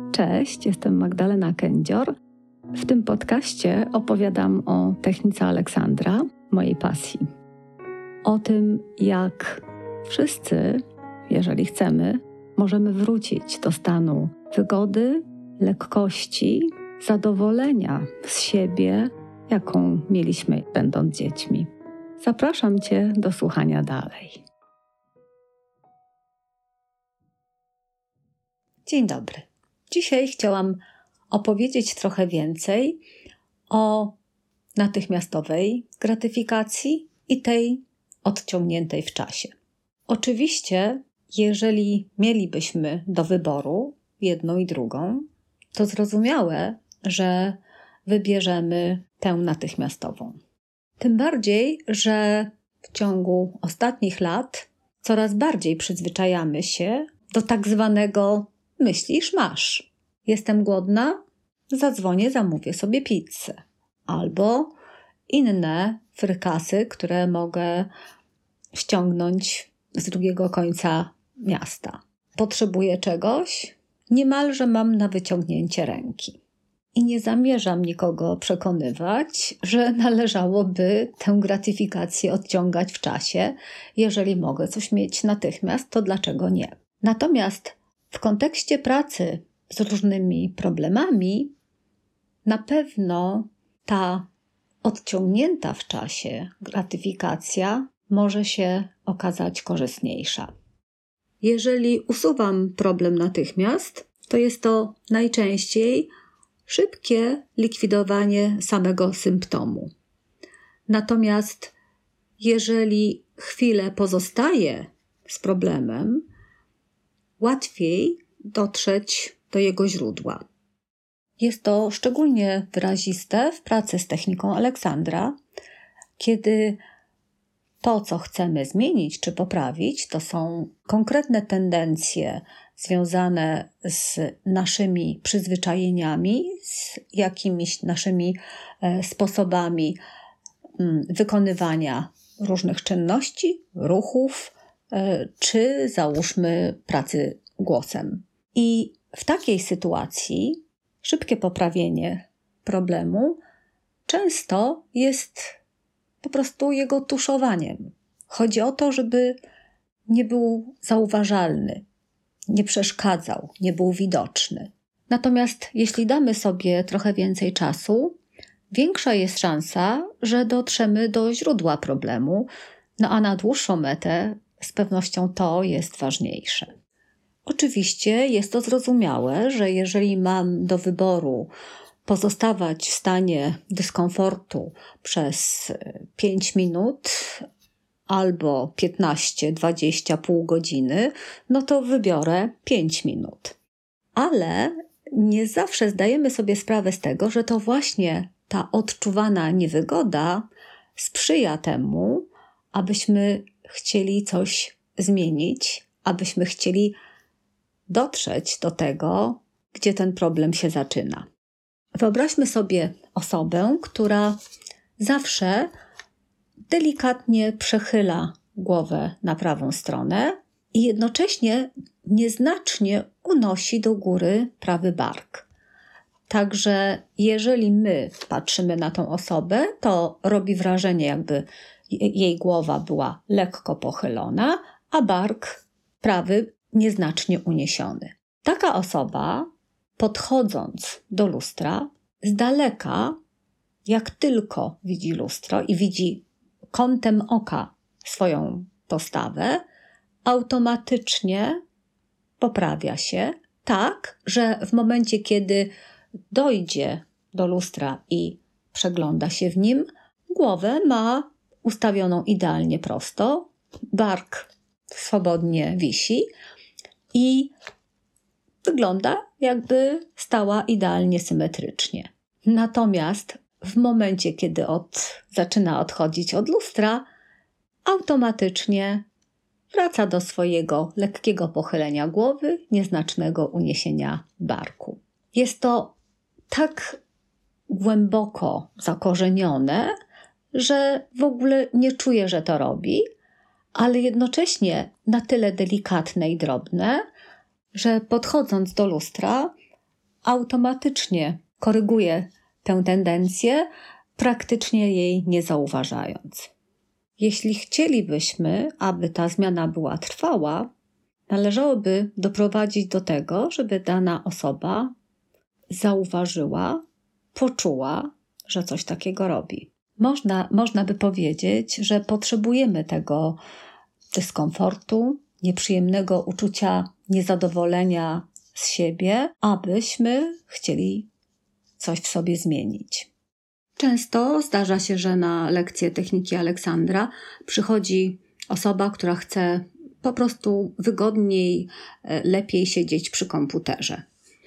Cześć, jestem Magdalena Kędzior. W tym podcaście opowiadam o technice Aleksandra, mojej pasji. O tym, jak wszyscy, jeżeli chcemy, możemy wrócić do stanu wygody, lekkości, zadowolenia z siebie, jaką mieliśmy będąc dziećmi. Zapraszam Cię do słuchania dalej. Dzień dobry. Dzisiaj chciałam opowiedzieć trochę więcej o natychmiastowej gratyfikacji i tej odciągniętej w czasie. Oczywiście, jeżeli mielibyśmy do wyboru jedną i drugą, to zrozumiałe, że wybierzemy tę natychmiastową. Tym bardziej, że w ciągu ostatnich lat coraz bardziej przyzwyczajamy się do tak zwanego myślisz, masz. Jestem głodna? Zadzwonię, zamówię sobie pizzę. Albo inne frykasy, które mogę ściągnąć z drugiego końca miasta. Potrzebuję czegoś? Niemalże mam na wyciągnięcie ręki. I nie zamierzam nikogo przekonywać, że należałoby tę gratyfikację odciągać w czasie. Jeżeli mogę coś mieć natychmiast, to dlaczego nie? Natomiast w kontekście pracy z różnymi problemami na pewno ta odciągnięta w czasie gratyfikacja może się okazać korzystniejsza. Jeżeli usuwam problem natychmiast, to jest to najczęściej szybkie likwidowanie samego symptomu. Natomiast jeżeli chwilę pozostaję z problemem, łatwiej dotrzeć do jego źródła. Jest to szczególnie wyraziste w pracy z techniką Aleksandra, kiedy to, co chcemy zmienić czy poprawić, to są konkretne tendencje związane z naszymi przyzwyczajeniami, z jakimiś naszymi sposobami wykonywania różnych czynności, ruchów, czy załóżmy pracy głosem. I w takiej sytuacji szybkie poprawienie problemu często jest po prostu jego tuszowaniem. Chodzi o to, żeby nie był zauważalny, nie przeszkadzał, nie był widoczny. Natomiast jeśli damy sobie trochę więcej czasu, większa jest szansa, że dotrzemy do źródła problemu, a na dłuższą metę z pewnością to jest ważniejsze. Oczywiście jest to zrozumiałe, że jeżeli mam do wyboru pozostawać w stanie dyskomfortu przez 5 minut albo 15, 20, pół godziny, no to wybiorę 5 minut. Ale nie zawsze zdajemy sobie sprawę z tego, że to właśnie ta odczuwana niewygoda sprzyja temu, abyśmy chcieli coś zmienić, abyśmy chcieli dotrzeć do tego, gdzie ten problem się zaczyna. Wyobraźmy sobie osobę, która zawsze delikatnie przechyla głowę na prawą stronę i jednocześnie nieznacznie unosi do góry prawy bark. Także jeżeli my patrzymy na tą osobę, to robi wrażenie, jakby jej głowa była lekko pochylona, a bark prawy nieznacznie uniesiony. Taka osoba, podchodząc do lustra, z daleka, jak tylko widzi lustro i widzi kątem oka swoją postawę, automatycznie poprawia się tak, że w momencie, kiedy dojdzie do lustra i przegląda się w nim, głowę ma ustawioną idealnie prosto, bark swobodnie wisi i wygląda, jakby stała idealnie symetrycznie. Natomiast w momencie, kiedy zaczyna odchodzić od lustra, automatycznie wraca do swojego lekkiego pochylenia głowy, nieznacznego uniesienia barku. Jest to tak głęboko zakorzenione, że w ogóle nie czuje, że to robi, ale jednocześnie na tyle delikatne i drobne, że podchodząc do lustra automatycznie koryguje tę tendencję, praktycznie jej nie zauważając. Jeśli chcielibyśmy, aby ta zmiana była trwała, należałoby doprowadzić do tego, żeby dana osoba zauważyła, poczuła, że coś takiego robi. Można by powiedzieć, że potrzebujemy tego dyskomfortu, nieprzyjemnego uczucia niezadowolenia z siebie, abyśmy chcieli coś w sobie zmienić. Często zdarza się, że na lekcję techniki Aleksandra przychodzi osoba, która chce po prostu wygodniej, lepiej siedzieć przy komputerze.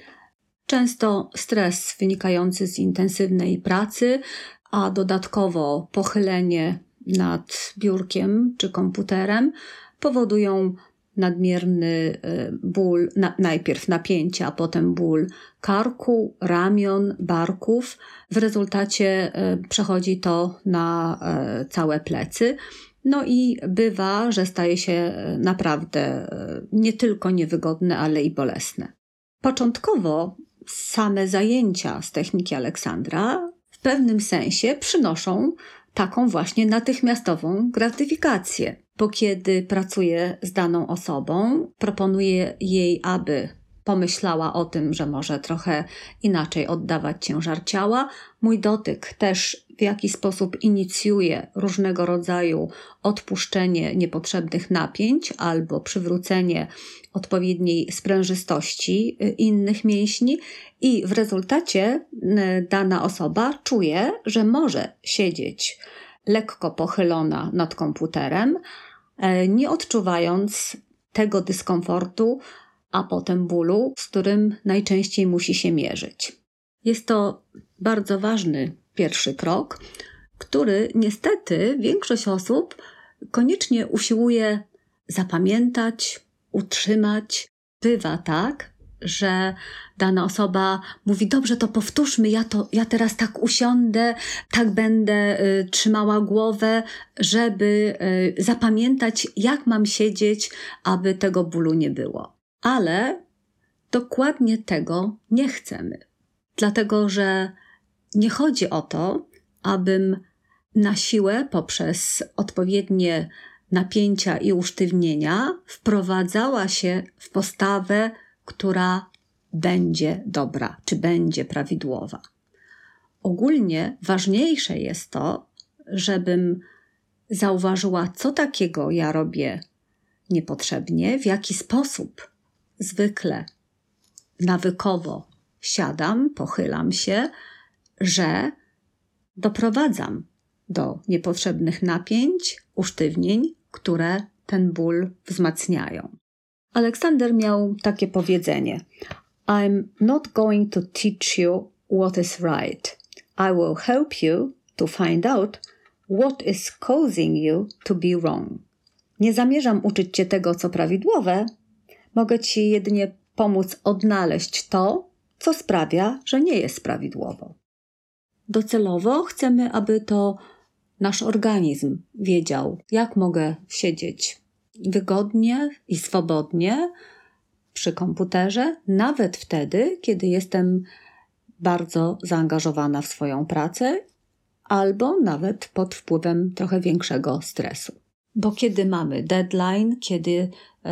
Często stres wynikający z intensywnej pracy, a dodatkowo pochylenie nad biurkiem czy komputerem powodują nadmierny ból, najpierw napięcie, a potem ból karku, ramion, barków. W rezultacie przechodzi to na całe plecy. No i bywa, że staje się naprawdę nie tylko niewygodne, ale i bolesne. Początkowo same zajęcia z techniki Aleksandra w pewnym sensie przynoszą taką właśnie natychmiastową gratyfikację, bo kiedy pracuję z daną osobą, proponuję jej, aby pomyślała o tym, że może trochę inaczej oddawać ciężar ciała. Mój dotyk też w jakiś sposób inicjuje różnego rodzaju odpuszczenie niepotrzebnych napięć albo przywrócenie odpowiedniej sprężystości innych mięśni i w rezultacie dana osoba czuje, że może siedzieć lekko pochylona nad komputerem, nie odczuwając tego dyskomfortu, a potem bólu, z którym najczęściej musi się mierzyć. Jest to bardzo ważny pierwszy krok, który niestety większość osób koniecznie usiłuje zapamiętać, utrzymać. Bywa tak, że dana osoba mówi: dobrze, to powtórzmy, ja teraz tak usiądę, tak będę trzymała głowę, żeby zapamiętać, jak mam siedzieć, aby tego bólu nie było. Ale dokładnie tego nie chcemy, dlatego że nie chodzi o to, abym na siłę poprzez odpowiednie napięcia i usztywnienia wprowadzała się w postawę, która będzie dobra, czy będzie prawidłowa. Ogólnie ważniejsze jest to, żebym zauważyła, co takiego ja robię niepotrzebnie, w jaki sposób zwykle, nawykowo siadam, pochylam się, że doprowadzam do niepotrzebnych napięć, usztywnień, które ten ból wzmacniają. Aleksander miał takie powiedzenie: I'm not going to teach you what is right. I will help you to find out what is causing you to be wrong. Nie zamierzam uczyć cię tego, co prawidłowe. Mogę ci jedynie pomóc odnaleźć to, co sprawia, że nie jest prawidłowo. Docelowo chcemy, aby to nasz organizm wiedział, jak mogę siedzieć wygodnie i swobodnie przy komputerze, nawet wtedy, kiedy jestem bardzo zaangażowana w swoją pracę albo nawet pod wpływem trochę większego stresu. Bo kiedy mamy deadline, kiedy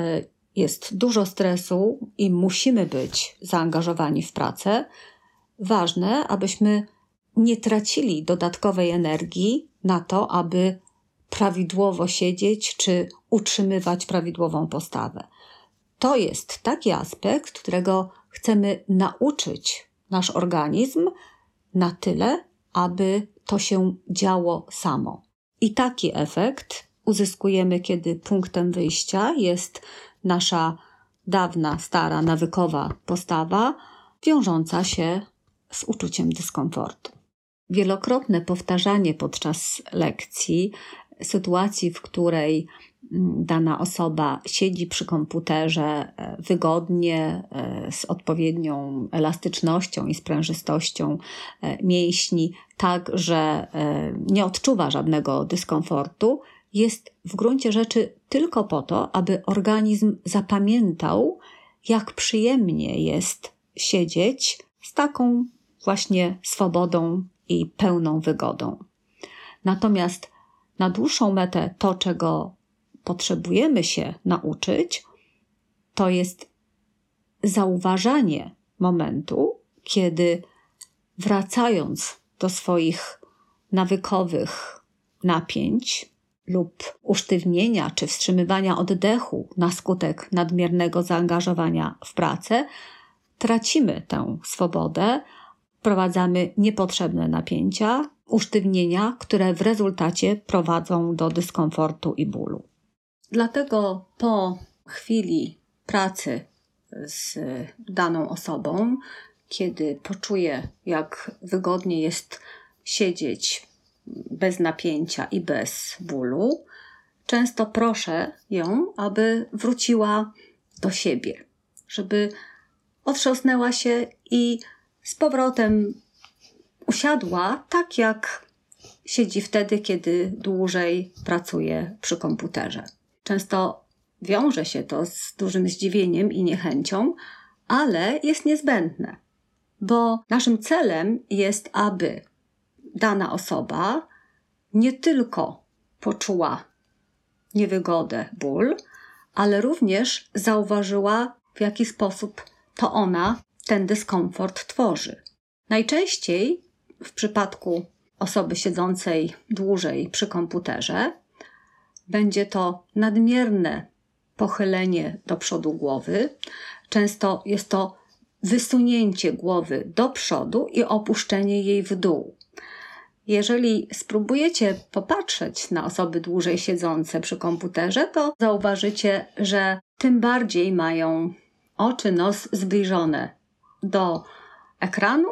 jest dużo stresu i musimy być zaangażowani w pracę, ważne, abyśmy nie tracili dodatkowej energii na to, aby prawidłowo siedzieć czy utrzymywać prawidłową postawę. To jest taki aspekt, którego chcemy nauczyć nasz organizm na tyle, aby to się działo samo. I taki efekt uzyskujemy, kiedy punktem wyjścia jest nasza dawna, stara, nawykowa postawa, wiążąca się z uczuciem dyskomfortu. Wielokrotne powtarzanie podczas lekcji sytuacji, w której dana osoba siedzi przy komputerze wygodnie, z odpowiednią elastycznością i sprężystością mięśni, tak, że nie odczuwa żadnego dyskomfortu, jest w gruncie rzeczy tylko po to, aby organizm zapamiętał, jak przyjemnie jest siedzieć z taką właśnie swobodą i pełną wygodą. Natomiast na dłuższą metę to, czego potrzebujemy się nauczyć, to jest zauważanie momentu, kiedy wracając do swoich nawykowych napięć lub usztywnienia czy wstrzymywania oddechu na skutek nadmiernego zaangażowania w pracę, tracimy tę swobodę, wprowadzamy niepotrzebne napięcia, usztywnienia, które w rezultacie prowadzą do dyskomfortu i bólu. Dlatego po chwili pracy z daną osobą, kiedy poczuje, jak wygodnie jest siedzieć bez napięcia i bez bólu, często proszę ją, aby wróciła do siebie, żeby otrząsnęła się i z powrotem usiadła tak, jak siedzi wtedy, kiedy dłużej pracuje przy komputerze. Często wiąże się to z dużym zdziwieniem i niechęcią, ale jest niezbędne, bo naszym celem jest, aby dana osoba nie tylko poczuła niewygodę, ból, ale również zauważyła, w jaki sposób to ona ten dyskomfort tworzy. Najczęściej w przypadku osoby siedzącej dłużej przy komputerze będzie to nadmierne pochylenie do przodu głowy. Często jest to wysunięcie głowy do przodu i opuszczenie jej w dół. Jeżeli spróbujecie popatrzeć na osoby dłużej siedzące przy komputerze, to zauważycie, że tym bardziej mają oczy, nos zbliżone do ekranu,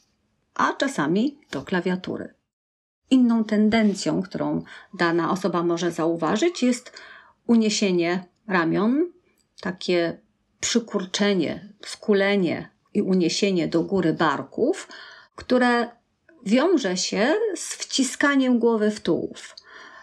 a czasami do klawiatury. Inną tendencją, którą dana osoba może zauważyć, jest uniesienie ramion, takie przykurczenie, skulenie i uniesienie do góry barków, które wiąże się z wciskaniem głowy w tułów.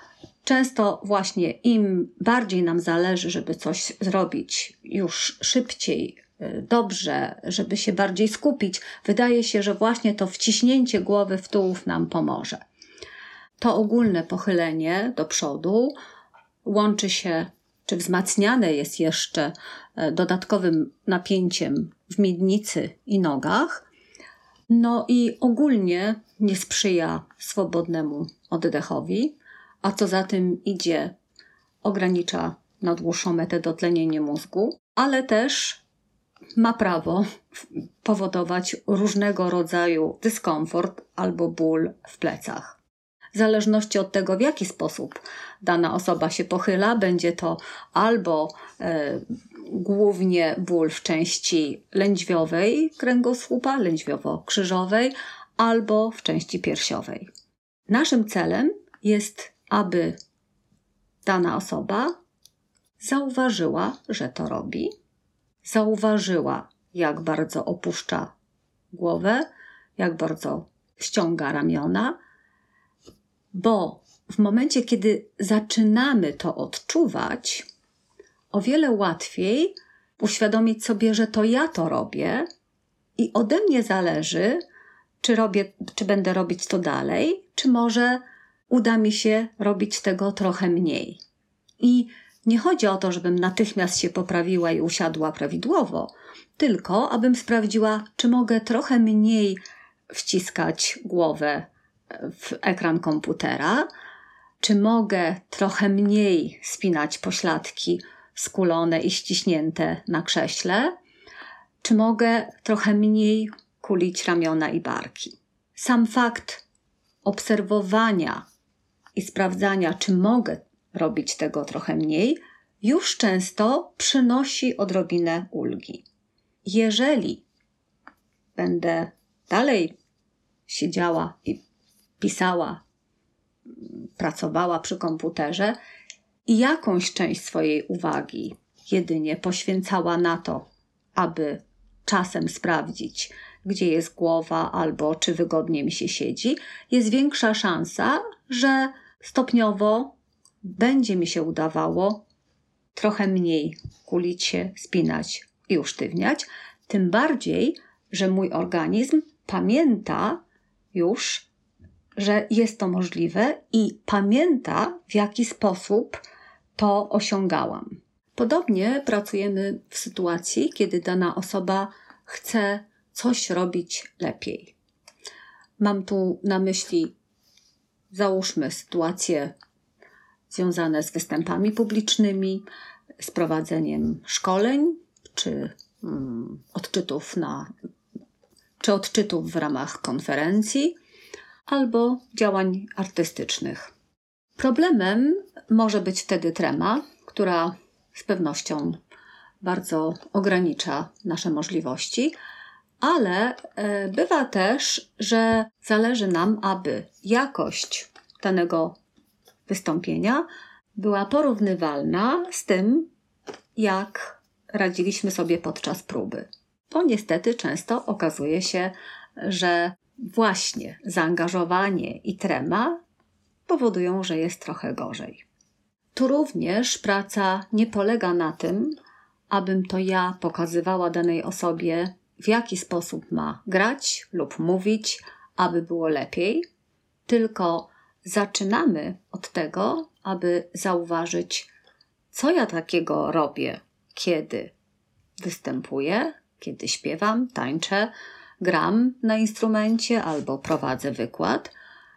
Często właśnie im bardziej nam zależy, żeby coś zrobić już szybciej, dobrze, żeby się bardziej skupić, wydaje się, że właśnie to wciśnięcie głowy w tułów nam pomoże. To ogólne pochylenie do przodu łączy się, czy wzmacniane jest jeszcze dodatkowym napięciem w miednicy i nogach, no i ogólnie nie sprzyja swobodnemu oddechowi, a co za tym idzie, ogranicza na dłuższą metę dotlenienie mózgu, ale też ma prawo powodować różnego rodzaju dyskomfort albo ból w plecach. W zależności od tego, w jaki sposób dana osoba się pochyla, będzie to albo głównie ból w części lędźwiowej kręgosłupa, lędźwiowo-krzyżowej, albo w części piersiowej. Naszym celem jest, aby dana osoba zauważyła, że to robi, zauważyła, jak bardzo opuszcza głowę, jak bardzo ściąga ramiona, bo w momencie, kiedy zaczynamy to odczuwać, o wiele łatwiej uświadomić sobie, że to ja to robię i ode mnie zależy, czy będę robić to dalej, czy może uda mi się robić tego trochę mniej. I nie chodzi o to, żebym natychmiast się poprawiła i usiadła prawidłowo, tylko abym sprawdziła, czy mogę trochę mniej wciskać głowę w ekran komputera, czy mogę trochę mniej spinać pośladki skulone i ściśnięte na krześle, czy mogę trochę mniej kulić ramiona i barki. Sam fakt obserwowania i sprawdzania, czy mogę robić tego trochę mniej, już często przynosi odrobinę ulgi. Jeżeli będę dalej siedziała i pisała, pracowała przy komputerze i jakąś część swojej uwagi jedynie poświęcała na to, aby czasem sprawdzić, gdzie jest głowa albo czy wygodnie mi się siedzi, jest większa szansa, że stopniowo będzie mi się udawało trochę mniej kulić się, spinać i usztywniać. Tym bardziej, że mój organizm pamięta już, że jest to możliwe i pamięta, w jaki sposób to osiągałam. Podobnie pracujemy w sytuacji, kiedy dana osoba chce coś robić lepiej. Mam tu na myśli, załóżmy, sytuacje związane z występami publicznymi, z prowadzeniem szkoleń czy odczytów w ramach konferencji albo działań artystycznych. Problemem może być wtedy trema, która z pewnością bardzo ogranicza nasze możliwości, ale bywa też, że zależy nam, aby jakość danego wystąpienia była porównywalna z tym, jak radziliśmy sobie podczas próby. Bo niestety często okazuje się, że właśnie zaangażowanie i trema powodują, że jest trochę gorzej. Tu również praca nie polega na tym, abym to ja pokazywała danej osobie, w jaki sposób ma grać lub mówić, aby było lepiej, tylko zaczynamy od tego, aby zauważyć, co ja takiego robię, kiedy występuję, kiedy śpiewam, tańczę, gram na instrumencie albo prowadzę wykład,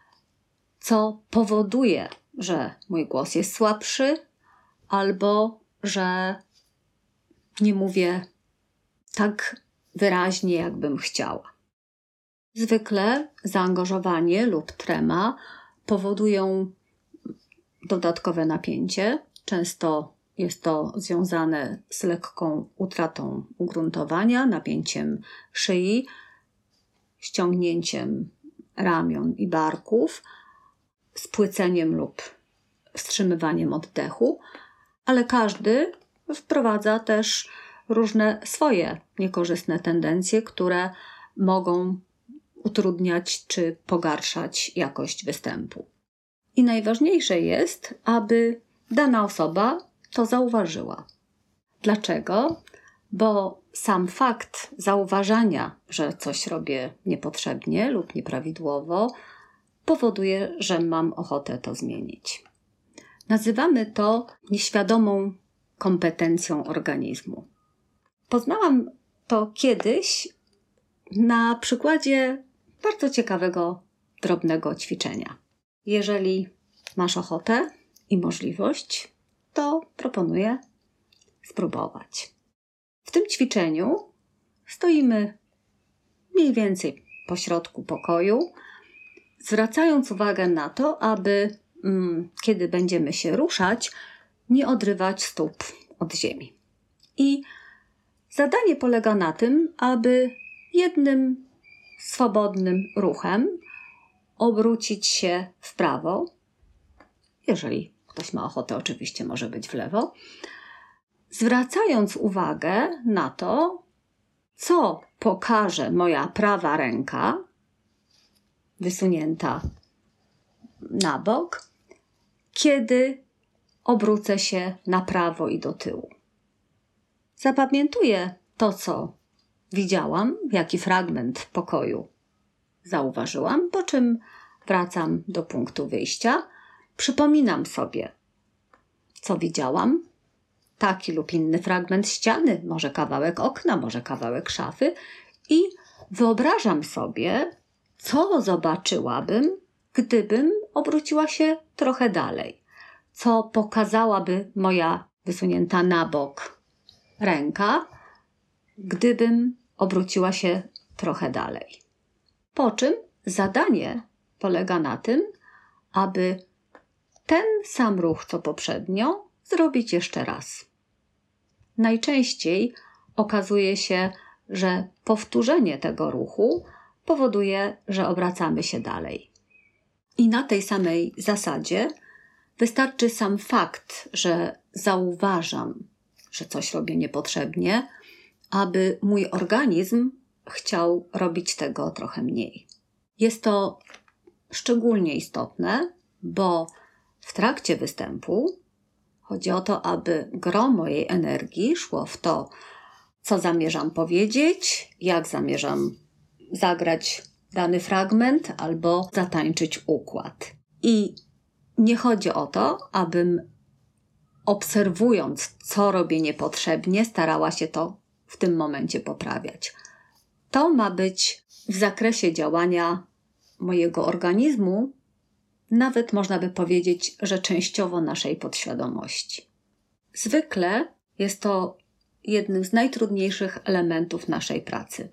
co powoduje, że mój głos jest słabszy albo że nie mówię tak wyraźnie, jakbym chciała. Zwykle zaangażowanie lub trema powodują dodatkowe napięcie. Często jest to związane z lekką utratą ugruntowania, napięciem szyi, ściągnięciem ramion i barków, spłyceniem lub wstrzymywaniem oddechu, ale każdy wprowadza też różne swoje niekorzystne tendencje, które mogą utrudniać czy pogarszać jakość występu. I najważniejsze jest, aby dana osoba to zauważyła. Dlaczego? Bo sam fakt zauważania, że coś robię niepotrzebnie lub nieprawidłowo, powoduje, że mam ochotę to zmienić. Nazywamy to nieświadomą kompetencją organizmu. Poznałam to kiedyś na przykładzie bardzo ciekawego, drobnego ćwiczenia. Jeżeli masz ochotę i możliwość, to proponuję spróbować. W tym ćwiczeniu stoimy mniej więcej pośrodku pokoju, zwracając uwagę na to, aby kiedy będziemy się ruszać, nie odrywać stóp od ziemi. I zadanie polega na tym, aby jednym swobodnym ruchem obrócić się w prawo. Jeżeli ktoś ma ochotę, oczywiście może być w lewo. Zwracając uwagę na to, co pokaże moja prawa ręka, wysunięta na bok, kiedy obrócę się na prawo i do tyłu. Zapamiętuję to, co widziałam, jaki fragment pokoju zauważyłam, po czym wracam do punktu wyjścia, przypominam sobie, co widziałam, taki lub inny fragment ściany, może kawałek okna, może kawałek szafy i wyobrażam sobie, co zobaczyłabym, gdybym obróciła się trochę dalej, co pokazałaby moja wysunięta na bok ręka, gdybym obróciła się trochę dalej. Po czym zadanie polega na tym, aby ten sam ruch, co poprzednio, zrobić jeszcze raz. Najczęściej okazuje się, że powtórzenie tego ruchu powoduje, że obracamy się dalej. I na tej samej zasadzie wystarczy sam fakt, że zauważam, że coś robię niepotrzebnie, aby mój organizm chciał robić tego trochę mniej. Jest to szczególnie istotne, bo w trakcie występu chodzi o to, aby gro mojej energii szło w to, co zamierzam powiedzieć, jak zamierzam zagrać dany fragment albo zatańczyć układ. I nie chodzi o to, abym obserwując, co robię niepotrzebnie, starała się to w tym momencie poprawiać. To ma być w zakresie działania mojego organizmu, nawet można by powiedzieć, że częściowo naszej podświadomości. Zwykle jest to jednym z najtrudniejszych elementów naszej pracy,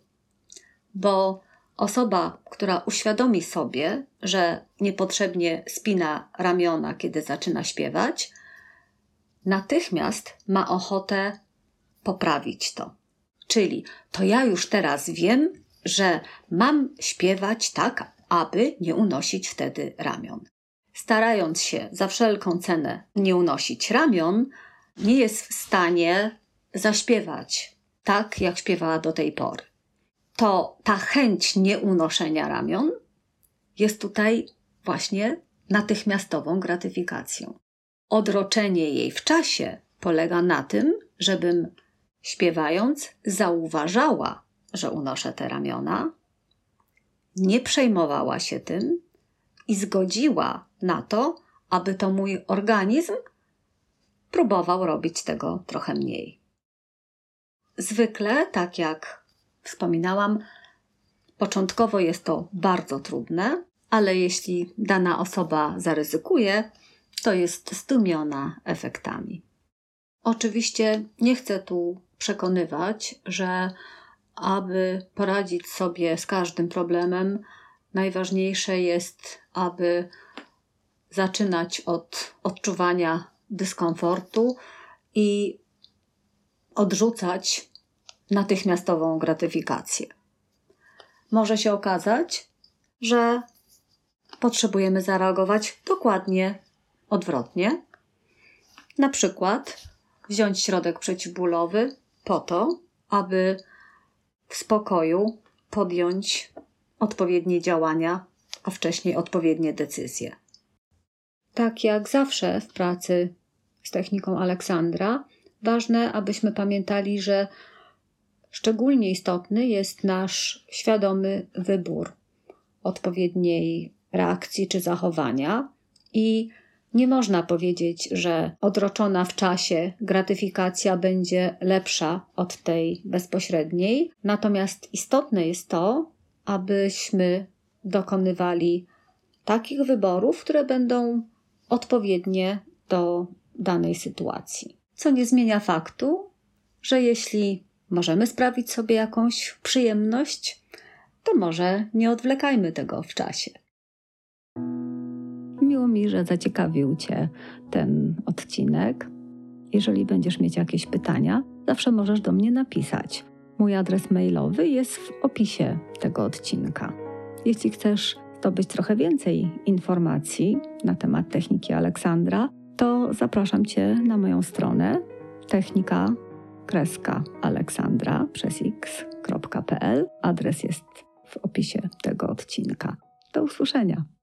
bo osoba, która uświadomi sobie, że niepotrzebnie spina ramiona, kiedy zaczyna śpiewać, natychmiast ma ochotę poprawić to. Czyli to ja już teraz wiem, że mam śpiewać tak, aby nie unosić wtedy ramion. Starając się za wszelką cenę nie unosić ramion, nie jest w stanie zaśpiewać tak, jak śpiewała do tej pory. To ta chęć nieunoszenia ramion jest tutaj właśnie natychmiastową gratyfikacją. Odroczenie jej w czasie polega na tym, żebym śpiewając zauważała, że unoszę te ramiona, nie przejmowała się tym i zgodziła na to, aby to mój organizm próbował robić tego trochę mniej. Zwykle, tak jak wspominałam, początkowo jest to bardzo trudne, ale jeśli dana osoba zaryzykuje, to jest zdumiona efektami. Oczywiście nie chcę tu przekonywać, że aby poradzić sobie z każdym problemem, najważniejsze jest, aby zaczynać od odczuwania dyskomfortu i odrzucać natychmiastową gratyfikację. Może się okazać, że potrzebujemy zareagować dokładnie odwrotnie. Na przykład wziąć środek przeciwbólowy po to, aby w spokoju podjąć odpowiednie działania, a wcześniej odpowiednie decyzje. Tak jak zawsze w pracy z techniką Aleksandra, ważne, abyśmy pamiętali, że szczególnie istotny jest nasz świadomy wybór odpowiedniej reakcji czy zachowania i nie można powiedzieć, że odroczona w czasie gratyfikacja będzie lepsza od tej bezpośredniej. Natomiast istotne jest to, abyśmy dokonywali takich wyborów, które będą odpowiednie do danej sytuacji. Co nie zmienia faktu, że jeśli możemy sprawić sobie jakąś przyjemność, to może nie odwlekajmy tego w czasie. Miło mi, że zaciekawił Cię ten odcinek. Jeżeli będziesz mieć jakieś pytania, zawsze możesz do mnie napisać. Mój adres mailowy jest w opisie tego odcinka. Jeśli chcesz zdobyć trochę więcej informacji na temat techniki Aleksandra, to zapraszam Cię na moją stronę technika-aleksandra.pl. Adres jest w opisie tego odcinka. Do usłyszenia.